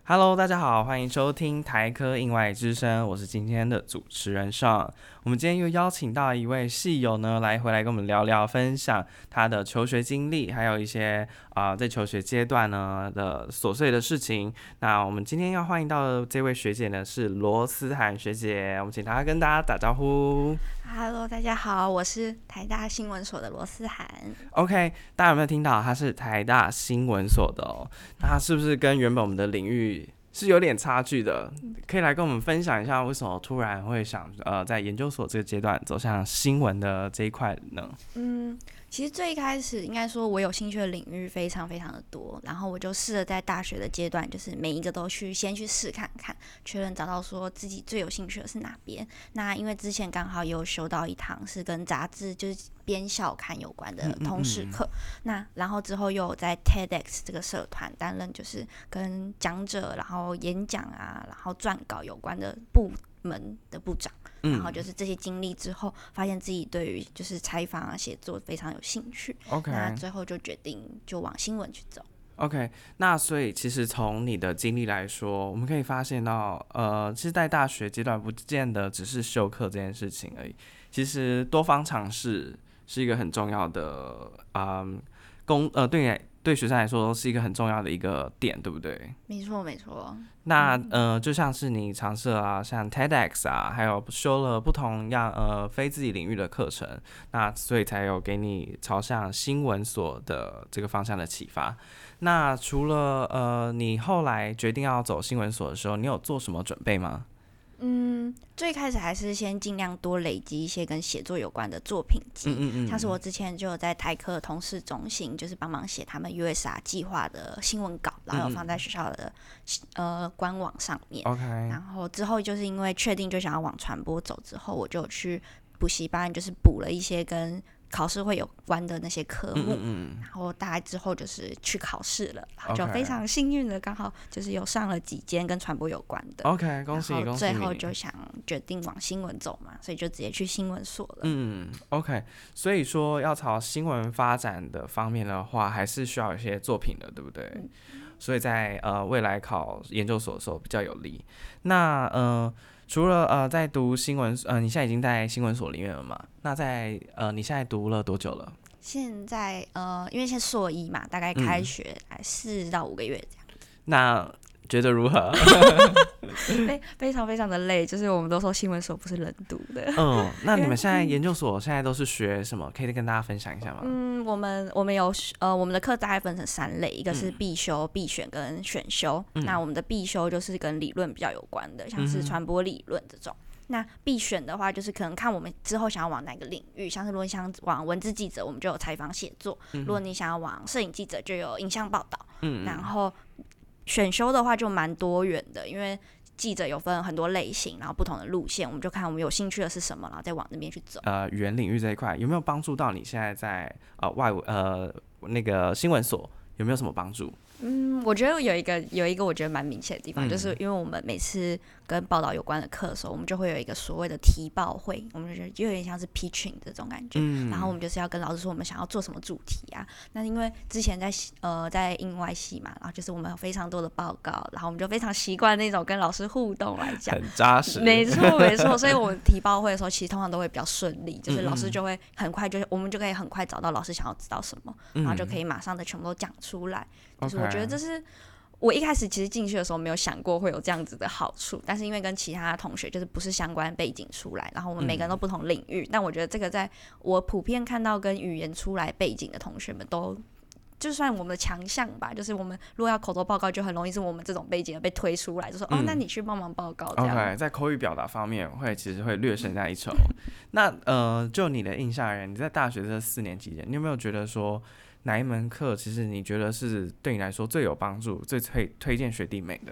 Hello，大家好，欢迎收听台科印外之声，我是今天的主持人上。我们今天又邀请到一位系友呢，回来跟我们聊聊，分享他的求学经历，还有一些在求学阶段呢的琐碎的事情。那我们今天要欢迎到的这位学姐呢是罗思涵学姐，我们请她跟大家打招呼。 Hello，大家好，我是台大新闻所的罗思涵。 OK， 大家有没有听到？她是台大新闻所的哦。那她是不是跟原本我们的领域是有点差距的？可以来跟我们分享一下，为什么突然会想在研究所这个阶段走向新闻的这一块呢？ 其实最一开始应该说，我有兴趣的领域非常非常的多，然后我就试着在大学的阶段，就是每一个都先去试看看，确认找到说自己最有兴趣的是哪边。那因为之前刚好有修到一堂是跟杂志就是编校刊有关的通识课，那然后之后又有在 TEDx 这个社团担任就是跟讲者，然后演讲啊，然后撰稿有关的部门的部长。然后就是这些经历之后，发现自己对于就是采访啊、写作非常有兴趣。 OK， 那最后就决定就往新闻去走。 OK， 那所以其实从你的经历来说，我们可以发现到，其实在大学阶段不见得只是修课这件事情而已，其实多方尝试是一个很重要的，对学生来说是一个很重要的一个点，对不对？ 没错，没错。 那就像是你尝试了像 TEDx 啊，还有修了不同样非自己领域的课程，那所以才有给你朝向新闻所的这个方向的启发。那除了你后来决定要走新闻所的时候，你有做什么准备吗？ 最开始还是先尽量多累积一些跟写作有关的作品集，像是我之前就有在台科通识中心，就是帮忙写他们 USR 计划的新闻稿，然后有放在学校的官网上面。然后之后就是因为确定就想要往传播走之后，我就去补习班，就是补了一些跟考试会有关的那些科目，然后大概之后就是去考试了，然后就非常幸运的刚好就是有上了几间跟传播有关的。 OK， 恭喜恭喜你！ 然后最后就想决定往新闻走嘛，所以就直接去新闻所了。 OK， 所以说要朝新闻发展的方面的话，还是需要一些作品的，对不对？所以在未来考研究所的时候比较有利。那除了在读新闻，你现在已经在新闻所里面了嘛？那在你现在读了多久了？ 现在因为现在硕一嘛，大概开学4到5个月这样。 那觉得如何？ 非常非常的累，就是我们都说新闻所不是人读的。 那你们现在研究所现在都是学什么？可以跟大家分享一下吗？ 我们有我们的课大概分成3类，一个是必修、必选跟选修。那我们的必修就是跟理论比较有关的，像是传播理论这种。那必选的话，就是可能看我们之后想要往哪个领域，像是如果你想往文字记者，我们就有采访写作；如果你想要往摄影记者，就有影像报道。然后选修的话就蛮多元的，因为记者有分很多类型，然后不同的路线，我们就看我们有兴趣的是什么，然后再往那边去走。 语言领域这一块有没有帮助到你现在在那个新闻所有没有什么帮助？ 我觉得有一个我觉得蛮明显的地方，就是因为我们每次跟报道有关的课的时候，我们就会有一个所谓的提报会，我们就觉得有点像是 pitching 这种感觉。然后我们就是要跟老师说我们想要做什么主题啊。那因为之前在英外系嘛，然后就是我们有非常多的报告，然后我们就非常习惯那种跟老师互动来讲， 很扎实。 没错没错，所以我们提报会的时候，其实通常都会比较顺利，就是老师就会很快我们就可以很快找到老师想要知道什么，然后就可以马上的全部都讲出来。就是我觉得这是我一开始其实进去的时候没有想过会有这样子的好处，但是因为跟其他同学就是不是相关背景出来，然后我们每个人都不同领域，但我觉得这个在我普遍看到跟语言出来背景的同学们都就算我们的强项吧，就是我们如果要口头报告，就很容易是我们这种背景的被推出来，就说那你去帮忙报告这样。 OK， 在口语表达方面其实会略胜在一筹。那就你的印象而言，你在大学这4年期间，你有没有觉得说哪一门课其实你觉得是对你来说最有帮助、最推荐学弟妹的？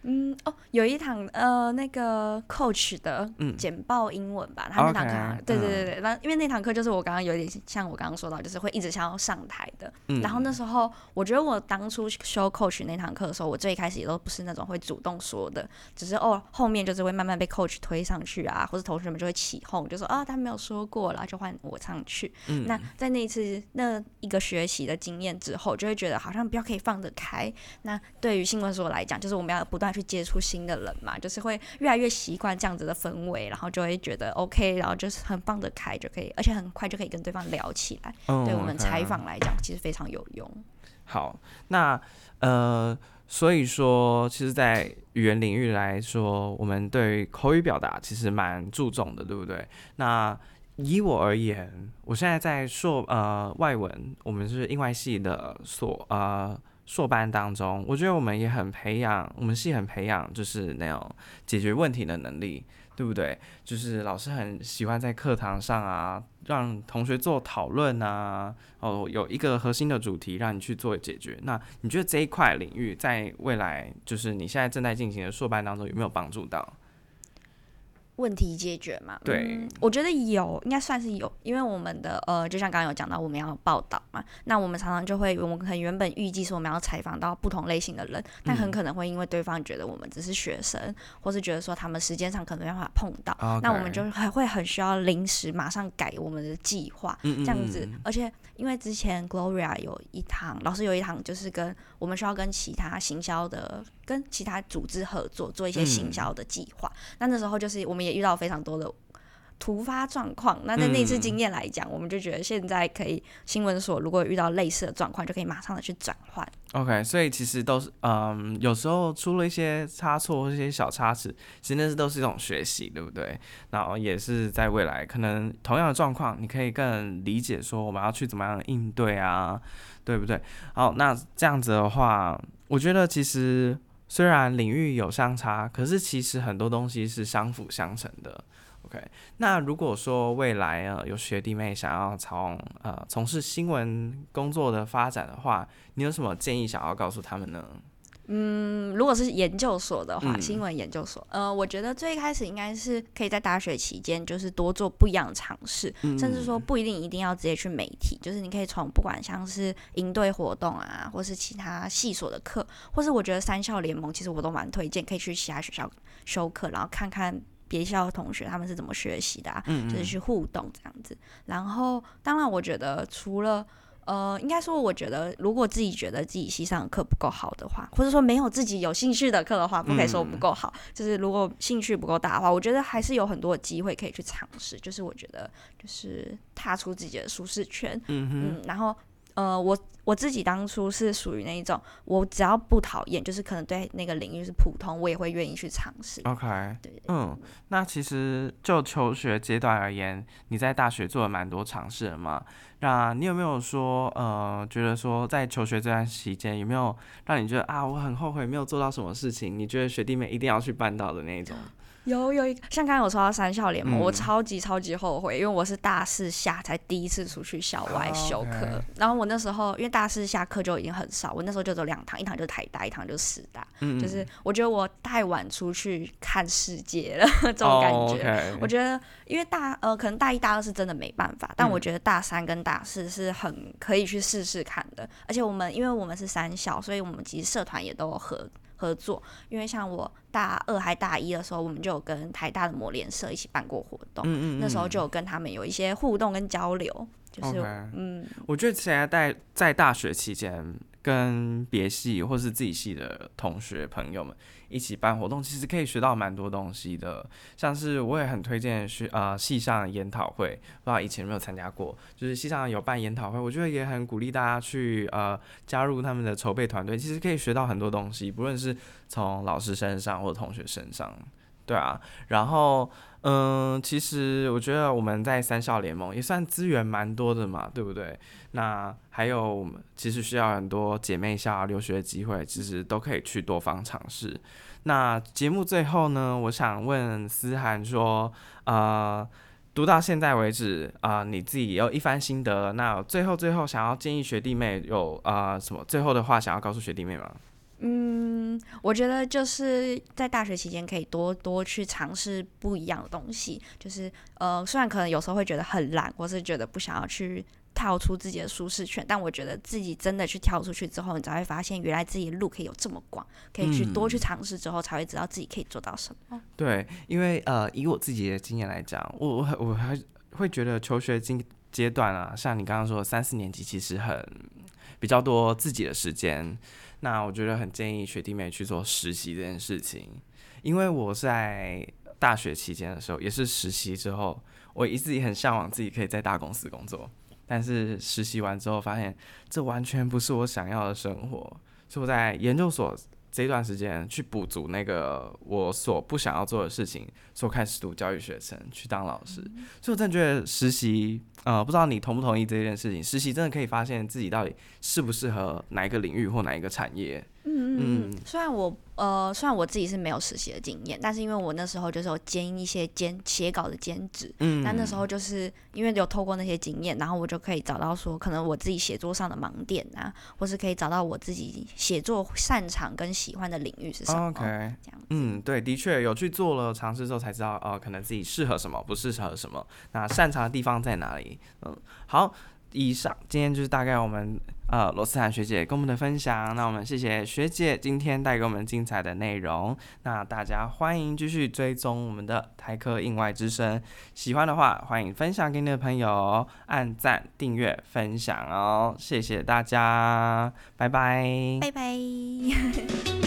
有一堂那个 coach 的简报英文吧，他那堂课，对对对，那因为那堂课就是我刚刚有点像我刚刚说到，就是会一直想要上台的。然后那时候我觉得我当初修 coach 那堂课的时候，我最开始也都不是那种会主动说的，只是后面就是会慢慢被 coach 推上去啊，或是同学们就会起哄，就说他没有说过，然后就换我上去。那在那一次那一个学期的经验之后，就会觉得好像比较可以放得开。那对于新闻所来讲，就是我们要不断去接触新的人嘛，就是会越来越习惯这样子的氛围，然后就会觉得 OK， 然后就是很放得开就可以，而且很快就可以跟对方聊起来。对我们采访来讲，其实非常有用。 好，那所以说，其实，在语言领域来说，我们对于口语表达其实蛮注重的，对不对？那以我而言，我现在在外文，我们是英外系的硕班当中，我觉得我们也很培养，我们系很培养，就是那种解决问题的能力，对不对？就是老师很喜欢在课堂上啊，让同学做讨论啊，有一个核心的主题让你去做解决。那你觉得这一块领域在未来，就是你现在正在进行的硕班当中有没有帮助到？ 问题解决嘛， 对， 我觉得应该算是有，因为我们的就像刚刚有讲到，我们要报道嘛，那我们常常就会，我们可能原本预计说我们要采访到不同类型的人，但很可能会因为对方觉得我们只是学生，或是觉得说他们时间上可能没办法碰到，那我们就会很需要临时马上改我们的计划，这样子，而且因为之前 Gloria 老师有一堂就是我们需要跟其他行销的。跟其他组织合作做一些行销的计划，那时候就是我们也遇到非常多的突发状况。那在那次经验来讲，我们就觉得现在可以新闻所如果遇到类似的状况，就可以马上的去转换。 OK， 所以其实都是有时候出了一些差错或一些小差池，其实那都是一种学习，对不对？然后也是在未来可能同样的状况，你可以更理解说我们要去怎么样应对啊，对不对？好，那这样子的话，我觉得其实。虽然领域有相差，可是其实很多东西是相辅相成的。OK， 那如果说未来有学弟妹想要从事新闻工作的发展的话，你有什么建议想要告诉他们呢？ 如果是研究所的话，新闻研究所，我觉得最开始应该是可以在大学期间，就是多做不一样的尝试，甚至说不一定要直接去媒体，就是你可以从不管像是营队活动啊，或是其他系所的课，或是我觉得三校联盟，其实我都蛮推荐可以去其他学校修课，然后看看别校的同学他们是怎么学习的就是去互动这样子。然后，当然我觉得除了应该说，我觉得如果自己觉得自己系上的课不够好的话，或者说没有自己有兴趣的课的话，不可以说不够好。就是如果兴趣不够大的话，我觉得还是有很多的机会可以去尝试。就是我觉得，就是踏出自己的舒适圈。然后我自己当初是属于那一种，我只要不讨厌，就是可能对那个领域是普通，我也会愿意去尝试。 OK， 对， 那其实就求学阶段而言，你在大学做了蛮多尝试的嘛？那你有没有说觉得说在求学这段期间，有没有让你觉得我很后悔没有做到什么事情？你觉得学弟妹一定要去办到的那一种？ 有一个，像刚刚有说到三校联盟，我超级后悔，因为我是大四下才第一次出去校外修课，然后我那时候因为大四下课就已经很少，我那时候就只有2堂，一堂就是台大，一堂就是师大，就是我觉得我太晚出去看世界了这种感觉。我觉得因为可能大一大二是真的没办法，但我觉得大三跟大四是很可以去试试看的，而且因为我们是三校，所以我们其实社团也都有合作，因为像我大二还大一的时候，我们就有跟台大的模联社一起办过活动，那时候就有跟他们有一些互动跟交流，就是我觉得现在在大学期间跟别系或是自己系的同学朋友们一起办活动，其实可以学到蛮多东西的。像是我也很推荐系上的研讨会，不知道以前有没有参加过，就是系上有办研讨会，我觉得也很鼓励大家去加入他们的筹备团队，其实可以学到很多东西，不论是从老师身上或者同学身上。对啊，然后其实我觉得我们在三校联盟也算资源蛮多的嘛，对不对？那还有其实需要很多姐妹校留学机会，其实都可以去多方尝试。那节目最后呢，我想问思涵说，读到现在为止你自己也有一番心得，那最后想要建议学弟妹有什么最后的话想要告诉学弟妹吗？ 我觉得就是在大学期间可以多多去尝试不一样的东西，就是虽然可能有时候会觉得很懒，或是觉得不想要去跳出自己的舒适圈，但我觉得自己真的去跳出去之后，你才会发现原来自己的路可以有这么广，可以去多去尝试之后，才会知道自己可以做到什么。 对，因为以我自己的经验来讲，我还会觉得求学阶段啊，像你刚刚说的3、4年级，其实比较多自己的时间。那我觉得很建议学弟妹去做实习这件事情，因为我在大学期间的时候，也是实习之后，我一直也很向往自己可以在大公司工作，但是实习完之后发现这完全不是我想要的生活，所以我在研究所这段时间去补足那个我所不想要做的事情，所以我开始读教育学程，去当老师。所以我真的觉得实习，不知道你同不同意这件事情？实习真的可以发现自己到底适不适合哪一个领域或哪一个产业。 虽然我自己是没有实习的经验，但是因为我那时候就是有兼一些写稿的兼职，那时候就是因为有透过那些经验，然后我就可以找到说可能我自己写作上的盲点啊，或是可以找到我自己写作擅长跟喜欢的领域是什么。 OK， 这样子。 对，的确有去做了尝试之后才知道，可能自己适合什么，不适合什么，那擅长的地方在哪里。好。以上今天就是大概我们罗斯坦学姐跟我们的分享，那我们谢谢学姐今天带给我们精彩的内容，那大家欢迎继续追踪我们的台科印外之声，喜欢的话欢迎分享给你的朋友，按赞订阅分享哦，谢谢大家，拜拜， 拜拜。